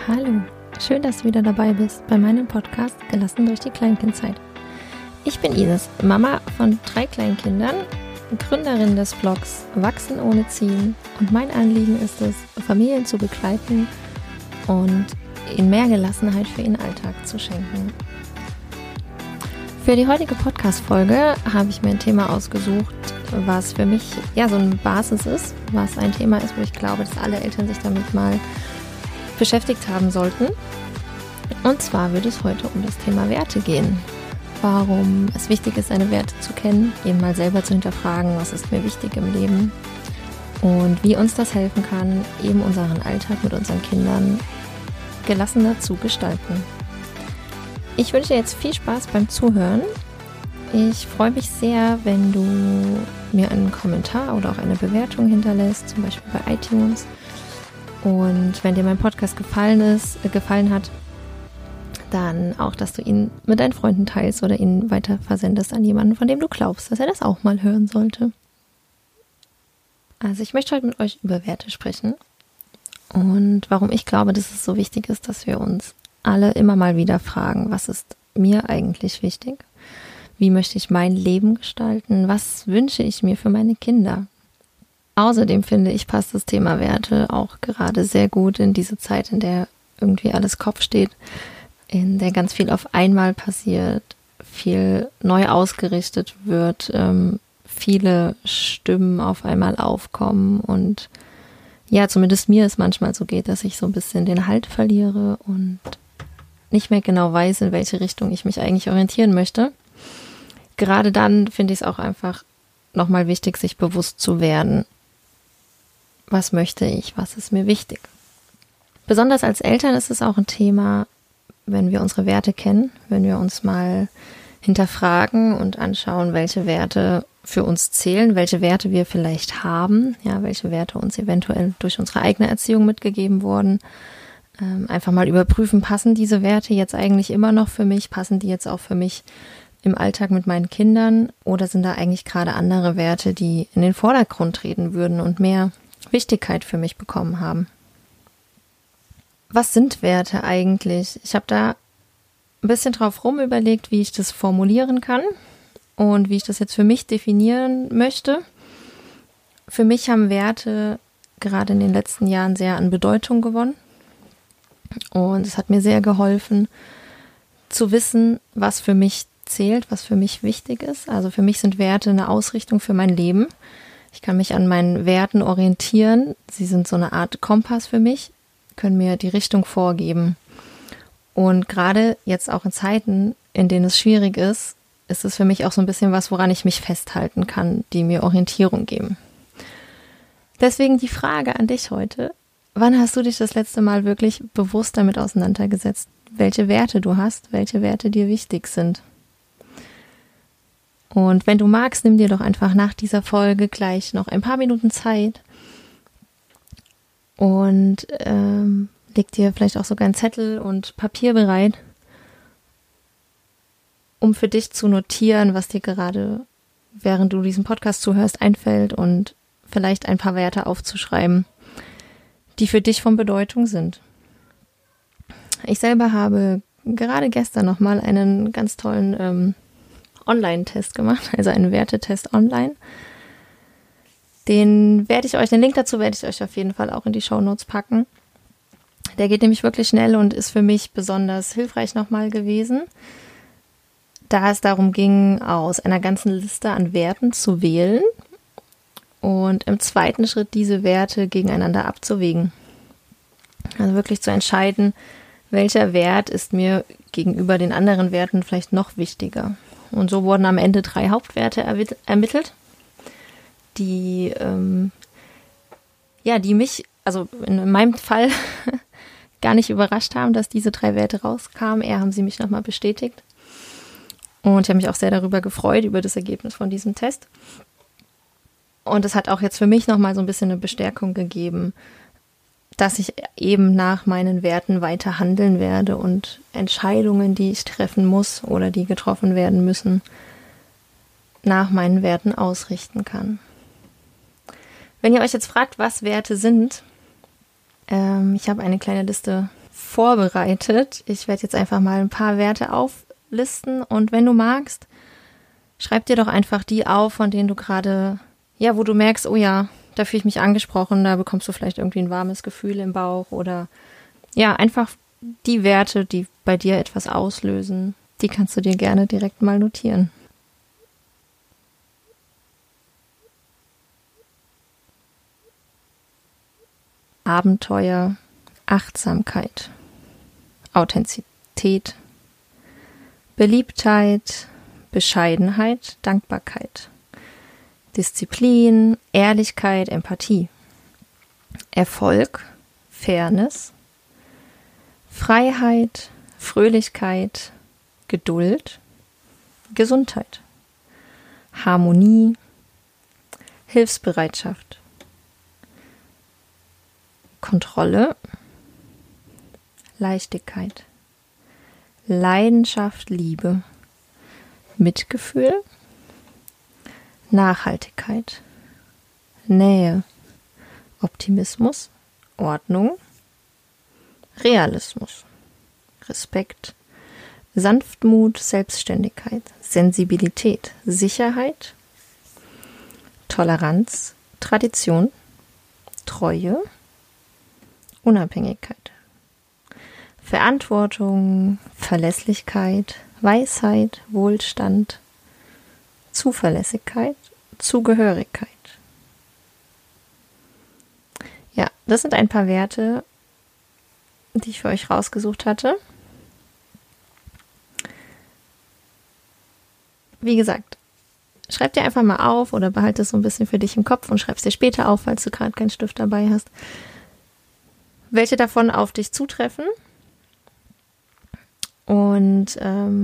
Hallo, schön, dass du wieder dabei bist bei meinem Podcast Gelassen durch die Kleinkindzeit. Ich bin Ines, Mama von 3 Kleinkindern, Gründerin des Blogs Wachsen ohne Ziel und mein Anliegen ist es, Familien zu begleiten und ihnen mehr Gelassenheit für ihren Alltag zu schenken. Für die heutige Podcast-Folge habe ich mir ein Thema ausgesucht, was für mich so eine Basis ist, was ein Thema ist, wo ich glaube, dass alle Eltern sich damit mal beschäftigt haben sollten. Und zwar wird es heute um das Thema Werte gehen. Warum es wichtig ist, seine Werte zu kennen, eben mal selber zu hinterfragen, was ist mir wichtig im Leben und wie uns das helfen kann, eben unseren Alltag mit unseren Kindern gelassener zu gestalten. Ich wünsche dir jetzt viel Spaß beim Zuhören. Ich freue mich sehr, wenn du mir einen Kommentar oder auch eine Bewertung hinterlässt, zum Beispiel bei iTunes. Und wenn dir mein Podcast gefallen hat, dann auch, dass du ihn mit deinen Freunden teilst oder ihn weiter versendest an jemanden, von dem du glaubst, dass er das auch mal hören sollte. Also ich möchte heute mit euch über Werte sprechen und warum ich glaube, dass es so wichtig ist, dass wir uns alle immer mal wieder fragen, was ist mir eigentlich wichtig? Wie möchte ich mein Leben gestalten? Was wünsche ich mir für meine Kinder? Außerdem finde ich, passt das Thema Werte auch gerade sehr gut in diese Zeit, in der irgendwie alles Kopf steht, in der ganz viel auf einmal passiert, viel neu ausgerichtet wird, viele Stimmen auf einmal aufkommen und ja, zumindest mir es manchmal so geht, dass ich so ein bisschen den Halt verliere und nicht mehr genau weiß, in welche Richtung ich mich eigentlich orientieren möchte. Gerade dann finde ich es auch einfach nochmal wichtig, sich bewusst zu werden. Was möchte ich? Was ist mir wichtig? Besonders als Eltern ist es auch ein Thema, wenn wir unsere Werte kennen, wenn wir uns mal hinterfragen und anschauen, welche Werte für uns zählen, welche Werte wir vielleicht haben, welche Werte uns eventuell durch unsere eigene Erziehung mitgegeben wurden. Einfach mal überprüfen, passen diese Werte jetzt eigentlich immer noch für mich? Passen die jetzt auch für mich im Alltag mit meinen Kindern? Oder sind da eigentlich gerade andere Werte, die in den Vordergrund treten würden und mehr Wichtigkeit für mich bekommen haben? Was sind Werte eigentlich? Ich habe da ein bisschen drauf rum überlegt, wie ich das formulieren kann und wie ich das jetzt für mich definieren möchte. Für mich haben Werte gerade in den letzten Jahren sehr an Bedeutung gewonnen. Und es hat mir sehr geholfen, zu wissen, was für mich zählt, was für mich wichtig ist. Also für mich sind Werte eine Ausrichtung für mein Leben. Ich kann mich an meinen Werten orientieren. Sie sind so eine Art Kompass für mich, können mir die Richtung vorgeben. Und gerade jetzt auch in Zeiten, in denen es schwierig ist, ist es für mich auch so ein bisschen was, woran ich mich festhalten kann, die mir Orientierung geben. Deswegen die Frage an dich heute: Wann hast du dich das letzte Mal wirklich bewusst damit auseinandergesetzt, welche Werte du hast, welche Werte dir wichtig sind? Und wenn du magst, nimm dir doch einfach nach dieser Folge gleich noch ein paar Minuten Zeit und leg dir vielleicht auch sogar einen Zettel und Papier bereit, um für dich zu notieren, was dir gerade, während du diesen Podcast zuhörst, einfällt und vielleicht ein paar Werte aufzuschreiben, die für dich von Bedeutung sind. Ich selber habe gerade gestern nochmal einen ganz tollen Online-Test gemacht, also einen Wertetest online. Den Link dazu werde ich euch auf jeden Fall auch in die Shownotes packen. Der geht nämlich wirklich schnell und ist für mich besonders hilfreich nochmal gewesen, da es darum ging, aus einer ganzen Liste an Werten zu wählen und im zweiten Schritt diese Werte gegeneinander abzuwägen. Also wirklich zu entscheiden, welcher Wert ist mir gegenüber den anderen Werten vielleicht noch wichtiger. Und so wurden am Ende 3 Hauptwerte ermittelt, die mich, also in meinem Fall, gar nicht überrascht haben, dass diese 3 Werte rauskamen. Eher haben sie mich nochmal bestätigt. Und ich habe mich auch sehr darüber gefreut, über das Ergebnis von diesem Test. Und es hat auch jetzt für mich nochmal so ein bisschen eine Bestärkung gegeben, dass ich eben nach meinen Werten weiter handeln werde und Entscheidungen, die ich treffen muss oder die getroffen werden müssen, nach meinen Werten ausrichten kann. Wenn ihr euch jetzt fragt, was Werte sind, ich habe eine kleine Liste vorbereitet. Ich werde jetzt einfach mal ein paar Werte auflisten und wenn du magst, schreib dir doch einfach die auf, von denen du gerade, ja, wo du merkst, oh ja, da fühle ich mich angesprochen, da bekommst du vielleicht irgendwie ein warmes Gefühl im Bauch oder ja, einfach die Werte, die bei dir etwas auslösen, die kannst du dir gerne direkt mal notieren. Abenteuer, Achtsamkeit, Authentizität, Beliebtheit, Bescheidenheit, Dankbarkeit, Disziplin, Ehrlichkeit, Empathie, Erfolg, Fairness, Freiheit, Fröhlichkeit, Geduld, Gesundheit, Harmonie, Hilfsbereitschaft, Kontrolle, Leichtigkeit, Leidenschaft, Liebe, Mitgefühl, Nachhaltigkeit, Nähe, Optimismus, Ordnung, Realismus, Respekt, Sanftmut, Selbstständigkeit, Sensibilität, Sicherheit, Toleranz, Tradition, Treue, Unabhängigkeit, Verantwortung, Verlässlichkeit, Weisheit, Wohlstand, Zuverlässigkeit, Zugehörigkeit. Ja, das sind ein paar Werte, die ich für euch rausgesucht hatte. Wie gesagt, schreib dir einfach mal auf oder behalte es so ein bisschen für dich im Kopf und schreib es dir später auf, falls du gerade keinen Stift dabei hast, welche davon auf dich zutreffen. Und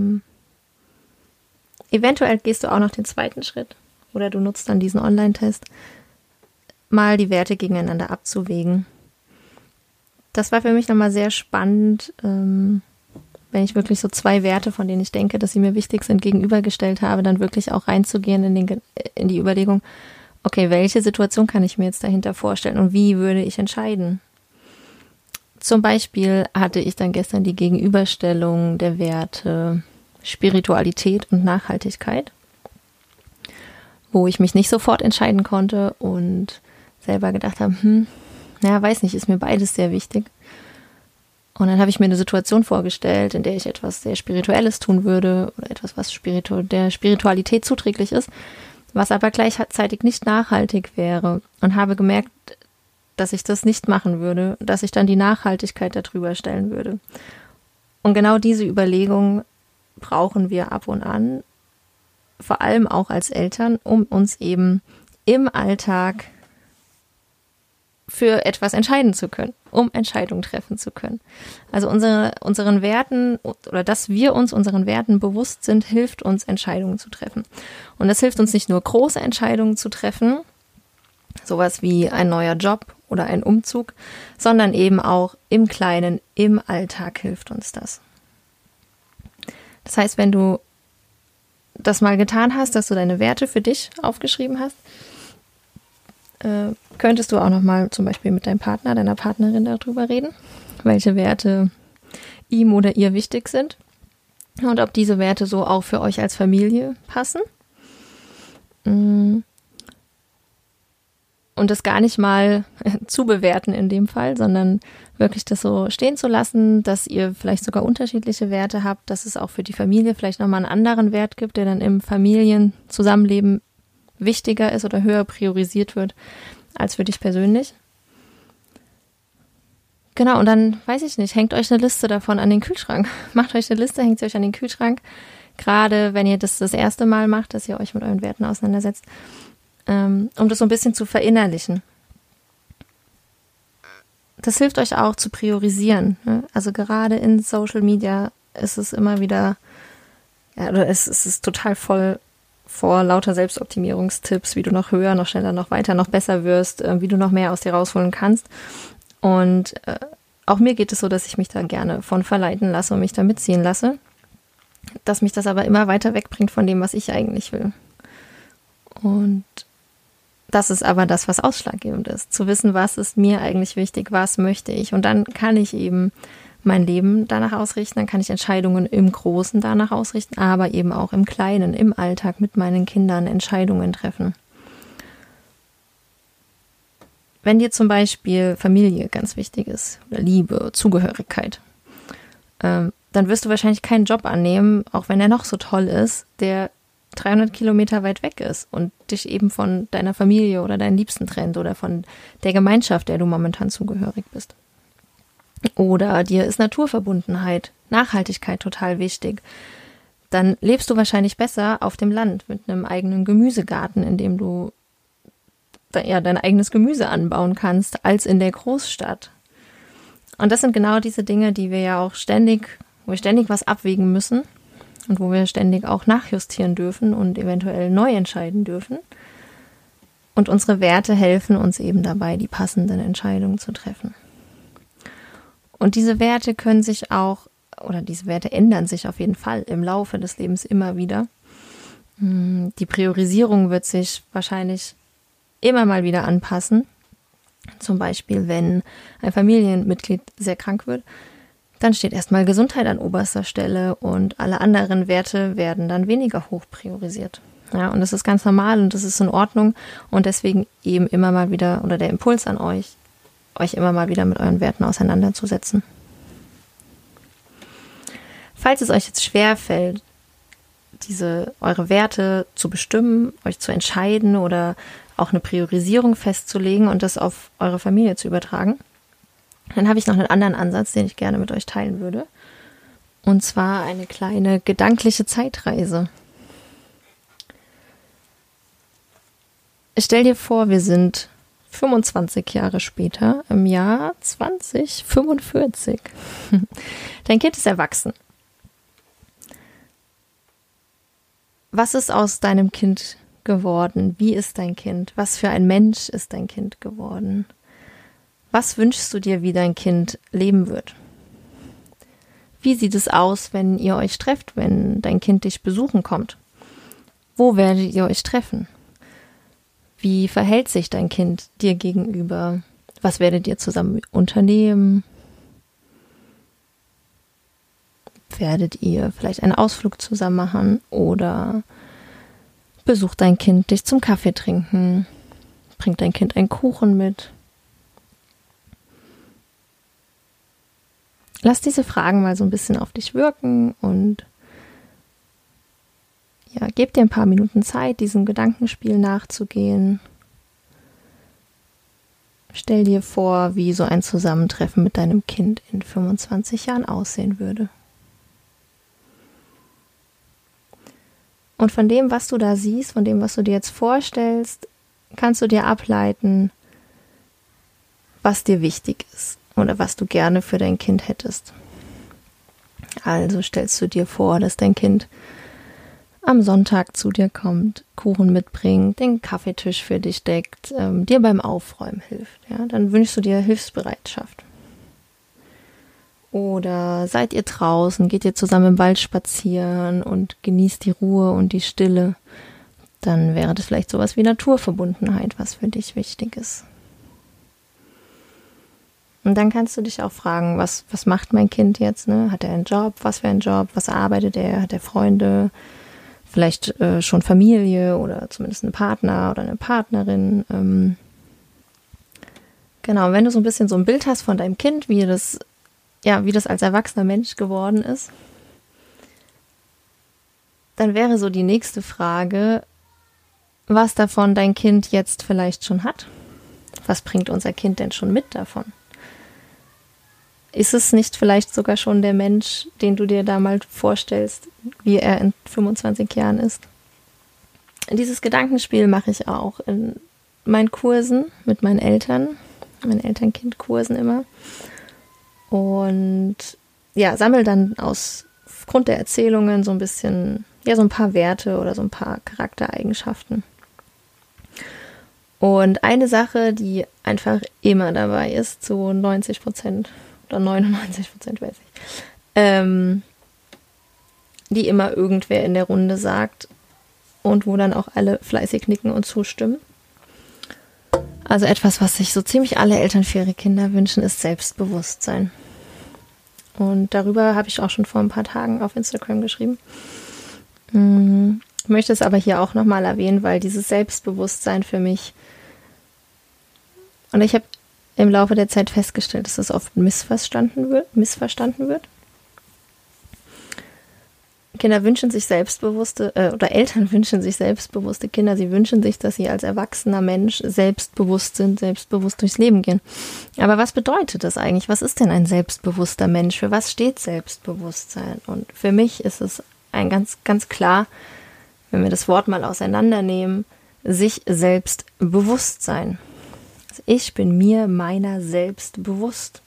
eventuell gehst du auch noch den zweiten Schritt oder du nutzt dann diesen Online-Test, mal die Werte gegeneinander abzuwägen. Das war für mich nochmal sehr spannend, wenn ich wirklich so zwei Werte, von denen ich denke, dass sie mir wichtig sind, gegenübergestellt habe, dann wirklich auch reinzugehen in die Überlegung, okay, welche Situation kann ich mir jetzt dahinter vorstellen und wie würde ich entscheiden? Zum Beispiel hatte ich dann gestern die Gegenüberstellung der Werte Spiritualität und Nachhaltigkeit, wo ich mich nicht sofort entscheiden konnte und selber gedacht habe, weiß nicht, ist mir beides sehr wichtig. Und dann habe ich mir eine Situation vorgestellt, in der ich etwas sehr Spirituelles tun würde oder etwas, was der Spiritualität zuträglich ist, was aber gleichzeitig nicht nachhaltig wäre und habe gemerkt, dass ich das nicht machen würde, dass ich dann die Nachhaltigkeit darüber stellen würde. Und genau diese Überlegung brauchen wir ab und an, vor allem auch als Eltern, um uns eben im Alltag für etwas entscheiden zu können, um Entscheidungen treffen zu können. Also unseren Werten oder dass wir uns unseren Werten bewusst sind, hilft uns, Entscheidungen zu treffen. Und das hilft uns nicht nur, große Entscheidungen zu treffen, sowas wie ein neuer Job oder ein Umzug, sondern eben auch im Kleinen, im Alltag hilft uns das. Das heißt, wenn du das mal getan hast, dass du deine Werte für dich aufgeschrieben hast, könntest du auch nochmal zum Beispiel mit deinem Partner, deiner Partnerin darüber reden, welche Werte ihm oder ihr wichtig sind und ob diese Werte so auch für euch als Familie passen. Und das gar nicht mal zu bewerten in dem Fall, sondern wirklich das so stehen zu lassen, dass ihr vielleicht sogar unterschiedliche Werte habt, dass es auch für die Familie vielleicht nochmal einen anderen Wert gibt, der dann im Familienzusammenleben wichtiger ist oder höher priorisiert wird als für dich persönlich. Genau, und dann, weiß ich nicht, hängt euch eine Liste davon an den Kühlschrank. Macht euch eine Liste, hängt sie euch an den Kühlschrank. Gerade wenn ihr das erste Mal macht, dass ihr euch mit euren Werten auseinandersetzt, um das so ein bisschen zu verinnerlichen. Das hilft euch auch zu priorisieren. Ne? Also gerade in Social Media ist es immer wieder, oder es ist total voll vor lauter Selbstoptimierungstipps, wie du noch höher, noch schneller, noch weiter, noch besser wirst, wie du noch mehr aus dir rausholen kannst. Und auch mir geht es so, dass ich mich da gerne von verleiten lasse und mich da mitziehen lasse, dass mich das aber immer weiter wegbringt von dem, was ich eigentlich will. Und das ist aber das, was ausschlaggebend ist, zu wissen, was ist mir eigentlich wichtig, was möchte ich. Und dann kann ich eben mein Leben danach ausrichten, dann kann ich Entscheidungen im Großen danach ausrichten, aber eben auch im Kleinen, im Alltag mit meinen Kindern Entscheidungen treffen. Wenn dir zum Beispiel Familie ganz wichtig ist, oder Liebe, Zugehörigkeit, dann wirst du wahrscheinlich keinen Job annehmen, auch wenn er noch so toll ist, der 300 Kilometer weit weg ist und dich eben von deiner Familie oder deinen Liebsten trennt oder von der Gemeinschaft, der du momentan zugehörig bist. Oder dir ist Naturverbundenheit, Nachhaltigkeit total wichtig. Dann lebst du wahrscheinlich besser auf dem Land mit einem eigenen Gemüsegarten, in dem du dein eigenes Gemüse anbauen kannst, als in der Großstadt. Und das sind genau diese Dinge, die wir ja auch wo wir ständig was abwägen müssen und wo wir ständig auch nachjustieren dürfen und eventuell neu entscheiden dürfen. Und unsere Werte helfen uns eben dabei, die passenden Entscheidungen zu treffen. Und diese Werte diese Werte ändern sich auf jeden Fall im Laufe des Lebens immer wieder. Die Priorisierung wird sich wahrscheinlich immer mal wieder anpassen. Zum Beispiel, wenn ein Familienmitglied sehr krank wird, dann steht erstmal Gesundheit an oberster Stelle und alle anderen Werte werden dann weniger hoch priorisiert. Ja, und das ist ganz normal und das ist in Ordnung und deswegen eben immer mal wieder, oder der Impuls an euch immer mal wieder mit euren Werten auseinanderzusetzen. Falls es euch jetzt schwerfällt, eure Werte zu bestimmen, euch zu entscheiden oder auch eine Priorisierung festzulegen und das auf eure Familie zu übertragen, dann habe ich noch einen anderen Ansatz, den ich gerne mit euch teilen würde. Und zwar eine kleine gedankliche Zeitreise. Stell dir vor, wir sind 25 Jahre später, im Jahr 2045. Dein Kind ist erwachsen. Was ist aus deinem Kind geworden? Wie ist dein Kind? Was für ein Mensch ist dein Kind geworden? Was wünschst du dir, wie dein Kind leben wird? Wie sieht es aus, wenn ihr euch trefft, wenn dein Kind dich besuchen kommt? Wo werdet ihr euch treffen? Wie verhält sich dein Kind dir gegenüber? Was werdet ihr zusammen unternehmen? Werdet ihr vielleicht einen Ausflug zusammen machen oder besucht dein Kind dich zum Kaffee trinken? Bringt dein Kind einen Kuchen mit? Lass diese Fragen mal so ein bisschen auf dich wirken und ja, gib dir ein paar Minuten Zeit, diesem Gedankenspiel nachzugehen. Stell dir vor, wie so ein Zusammentreffen mit deinem Kind in 25 Jahren aussehen würde. Und von dem, was du da siehst, von dem, was du dir jetzt vorstellst, kannst du dir ableiten, was dir wichtig ist oder was du gerne für dein Kind hättest. Also stellst du dir vor, dass dein Kind am Sonntag zu dir kommt, Kuchen mitbringt, den Kaffeetisch für dich deckt, dir beim Aufräumen hilft. Ja? Dann wünschst du dir Hilfsbereitschaft. Oder seid ihr draußen, geht ihr zusammen im Wald spazieren und genießt die Ruhe und die Stille. Dann wäre das vielleicht sowas wie Naturverbundenheit, was für dich wichtig ist. Und dann kannst du dich auch fragen, was macht mein Kind jetzt? Ne? Hat er einen Job? Was für einen Job? Was arbeitet er? Hat er Freunde? Vielleicht schon Familie oder zumindest einen Partner oder eine Partnerin. Genau, wenn du so ein bisschen so ein Bild hast von deinem Kind, wie das als erwachsener Mensch geworden ist, dann wäre so die nächste Frage, was davon dein Kind jetzt vielleicht schon hat. Was bringt unser Kind denn schon mit davon? Ist es nicht vielleicht sogar schon der Mensch, den du dir da mal vorstellst, wie er in 25 Jahren ist? Dieses Gedankenspiel mache ich auch in meinen Kursen mit meinen Eltern, meinen Eltern-Kind-Kursen immer. Und ja, sammle dann aufgrund der Erzählungen so ein bisschen, so ein paar Werte oder so ein paar Charaktereigenschaften. Und eine Sache, die einfach immer dabei ist, so 90% oder 99%, weiß ich, die immer irgendwer in der Runde sagt und wo dann auch alle fleißig nicken und zustimmen. Also etwas, was sich so ziemlich alle Eltern für ihre Kinder wünschen, ist Selbstbewusstsein. Und darüber habe ich auch schon vor ein paar Tagen auf Instagram geschrieben. Ich möchte es aber hier auch nochmal erwähnen, weil dieses Selbstbewusstsein für mich, und ich habe im Laufe der Zeit festgestellt, dass das oft missverstanden wird. Kinder wünschen sich oder Eltern wünschen sich selbstbewusste Kinder. Sie wünschen sich, dass sie als erwachsener Mensch selbstbewusst sind, selbstbewusst durchs Leben gehen. Aber was bedeutet das eigentlich? Was ist denn ein selbstbewusster Mensch? Für was steht Selbstbewusstsein? Und für mich ist es ein ganz, ganz klar, wenn wir das Wort mal auseinandernehmen, sich selbst bewusst sein. Also ich bin mir meiner selbst bewusst.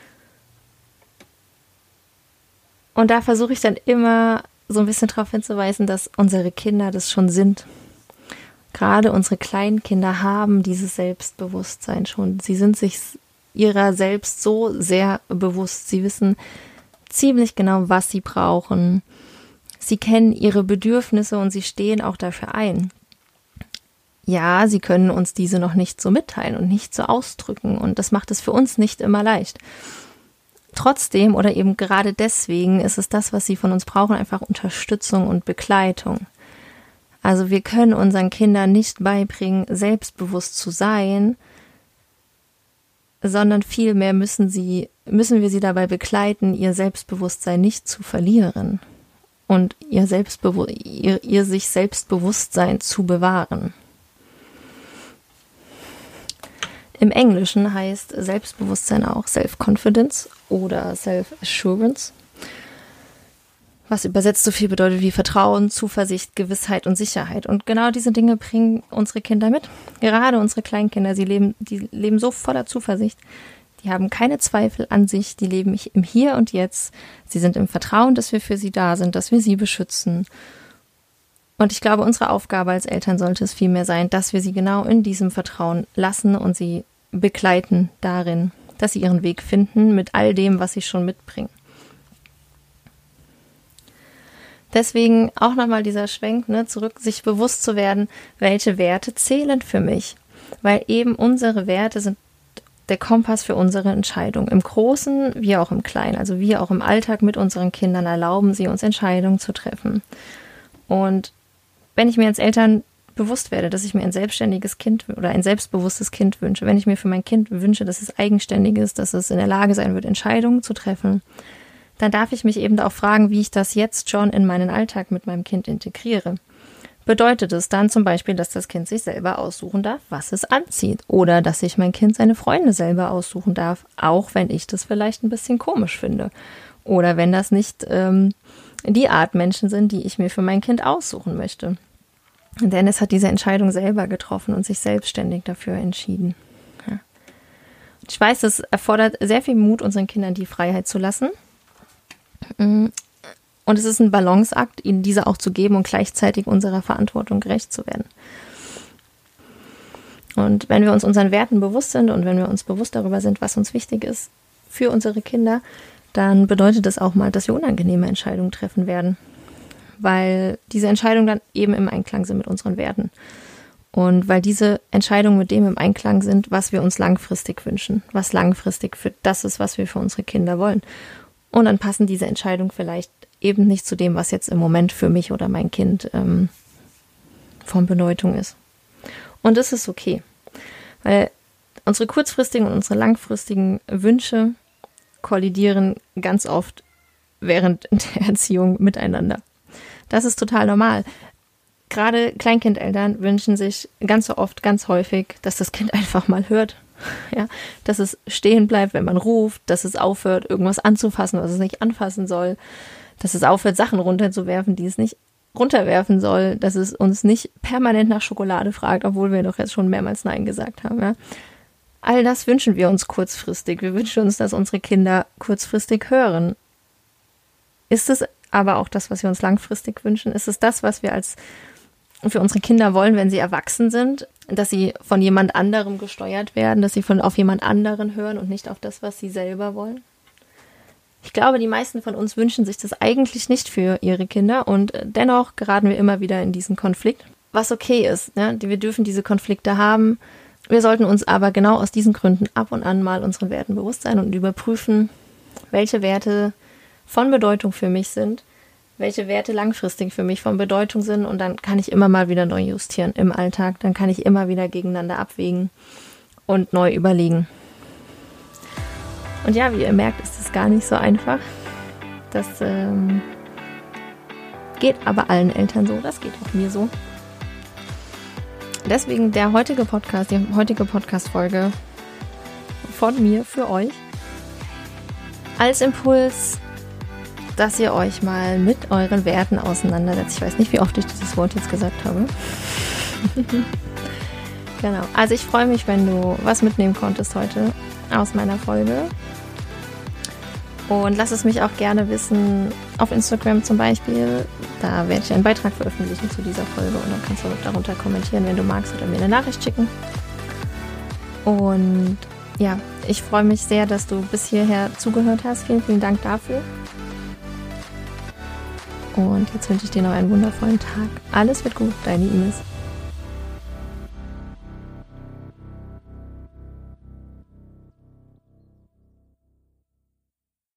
Und da versuche ich dann immer so ein bisschen darauf hinzuweisen, dass unsere Kinder das schon sind. Gerade unsere kleinen Kinder haben dieses Selbstbewusstsein schon. Sie sind sich ihrer selbst so sehr bewusst. Sie wissen ziemlich genau, was sie brauchen. Sie kennen ihre Bedürfnisse und sie stehen auch dafür ein. Ja, sie können uns diese noch nicht so mitteilen und nicht so ausdrücken. Und das macht es für uns nicht immer leicht. Trotzdem oder eben gerade deswegen ist es das, was sie von uns brauchen, einfach Unterstützung und Begleitung. Also wir können unseren Kindern nicht beibringen, selbstbewusst zu sein, sondern vielmehr müssen wir sie dabei begleiten, ihr Selbstbewusstsein nicht zu verlieren und ihr sich Selbstbewusstsein zu bewahren. Im Englischen heißt Selbstbewusstsein auch Self-Confidence oder Self-Assurance, was übersetzt so viel bedeutet wie Vertrauen, Zuversicht, Gewissheit und Sicherheit. Und genau diese Dinge bringen unsere Kinder mit. Gerade unsere Kleinkinder, die leben so voller Zuversicht. Die haben keine Zweifel an sich, die leben im Hier und Jetzt. Sie sind im Vertrauen, dass wir für sie da sind, dass wir sie beschützen. Und ich glaube, unsere Aufgabe als Eltern sollte es vielmehr sein, dass wir sie genau in diesem Vertrauen lassen und sie begleiten darin, dass sie ihren Weg finden mit all dem, was sie schon mitbringen. Deswegen auch nochmal dieser Schwenk, zurück, sich bewusst zu werden, welche Werte zählen für mich. Weil eben unsere Werte sind der Kompass für unsere Entscheidung. Im Großen wie auch im Kleinen. Also wir auch im Alltag mit unseren Kindern erlauben sie uns Entscheidungen zu treffen. Und wenn ich mir als Eltern bewusst werde, dass ich mir ein selbstständiges Kind oder ein selbstbewusstes Kind wünsche, wenn ich mir für mein Kind wünsche, dass es eigenständig ist, dass es in der Lage sein wird, Entscheidungen zu treffen, dann darf ich mich eben auch fragen, wie ich das jetzt schon in meinen Alltag mit meinem Kind integriere. Bedeutet es dann zum Beispiel, dass das Kind sich selber aussuchen darf, was es anzieht, oder dass sich mein Kind seine Freunde selber aussuchen darf, auch wenn ich das vielleicht ein bisschen komisch finde, oder wenn das nicht die Art Menschen sind, die ich mir für mein Kind aussuchen möchte. Denn es hat diese Entscheidung selber getroffen und sich selbstständig dafür entschieden. Ja. Ich weiß, es erfordert sehr viel Mut, unseren Kindern die Freiheit zu lassen. Und es ist ein Balanceakt, ihnen diese auch zu geben und gleichzeitig unserer Verantwortung gerecht zu werden. Und wenn wir uns unseren Werten bewusst sind und wenn wir uns bewusst darüber sind, was uns wichtig ist für unsere Kinder, dann bedeutet das auch mal, dass wir unangenehme Entscheidungen treffen werden. Weil diese Entscheidungen dann eben im Einklang sind mit unseren Werten. Und weil diese Entscheidungen mit dem im Einklang sind, was wir uns langfristig wünschen, was langfristig für das ist, was wir für unsere Kinder wollen. Und dann passen diese Entscheidungen vielleicht eben nicht zu dem, was jetzt im Moment für mich oder mein Kind von Bedeutung ist. Und das ist okay. Weil unsere kurzfristigen und unsere langfristigen Wünsche kollidieren ganz oft während der Erziehung miteinander. Das ist total normal. Gerade Kleinkindeltern wünschen sich ganz so oft, ganz häufig, dass das Kind einfach mal hört. Ja, dass es stehen bleibt, wenn man ruft, dass es aufhört, irgendwas anzufassen, was es nicht anfassen soll, dass es aufhört, Sachen runterzuwerfen, die es nicht runterwerfen soll, dass es uns nicht permanent nach Schokolade fragt, obwohl wir doch jetzt schon mehrmals Nein gesagt haben. Ja. All das wünschen wir uns kurzfristig. Wir wünschen uns, dass unsere Kinder kurzfristig hören. Ist es aber auch das, was wir uns langfristig wünschen? Ist es das, was wir für unsere Kinder wollen, wenn sie erwachsen sind? Dass sie von jemand anderem gesteuert werden, dass sie auf jemand anderen hören und nicht auf das, was sie selber wollen? Ich glaube, die meisten von uns wünschen sich das eigentlich nicht für ihre Kinder und dennoch geraten wir immer wieder in diesen Konflikt, was okay ist. Ne? Wir dürfen diese Konflikte haben. Wir sollten uns aber genau aus diesen Gründen ab und an mal unseren Werten bewusst sein und überprüfen, welche Werte von Bedeutung für mich sind, welche Werte langfristig für mich von Bedeutung sind und dann kann ich immer mal wieder neu justieren im Alltag, dann kann ich immer wieder gegeneinander abwägen und neu überlegen. Und ja, wie ihr merkt, ist es gar nicht so einfach. Das geht aber allen Eltern so, das geht auch mir so. Deswegen die heutige Podcast-Folge von mir für euch als Impuls, dass ihr euch mal mit euren Werten auseinandersetzt. Ich weiß nicht, wie oft ich dieses Wort jetzt gesagt habe. Genau. Also ich freue mich, wenn du was mitnehmen konntest heute aus meiner Folge. Und lass es mich auch gerne wissen auf Instagram zum Beispiel. Da werde ich einen Beitrag veröffentlichen zu dieser Folge und dann kannst du darunter kommentieren, wenn du magst, oder mir eine Nachricht schicken. Und ja, ich freue mich sehr, dass du bis hierher zugehört hast. Vielen, vielen Dank dafür. Und jetzt wünsche ich dir noch einen wundervollen Tag. Alles wird gut, deine Ines.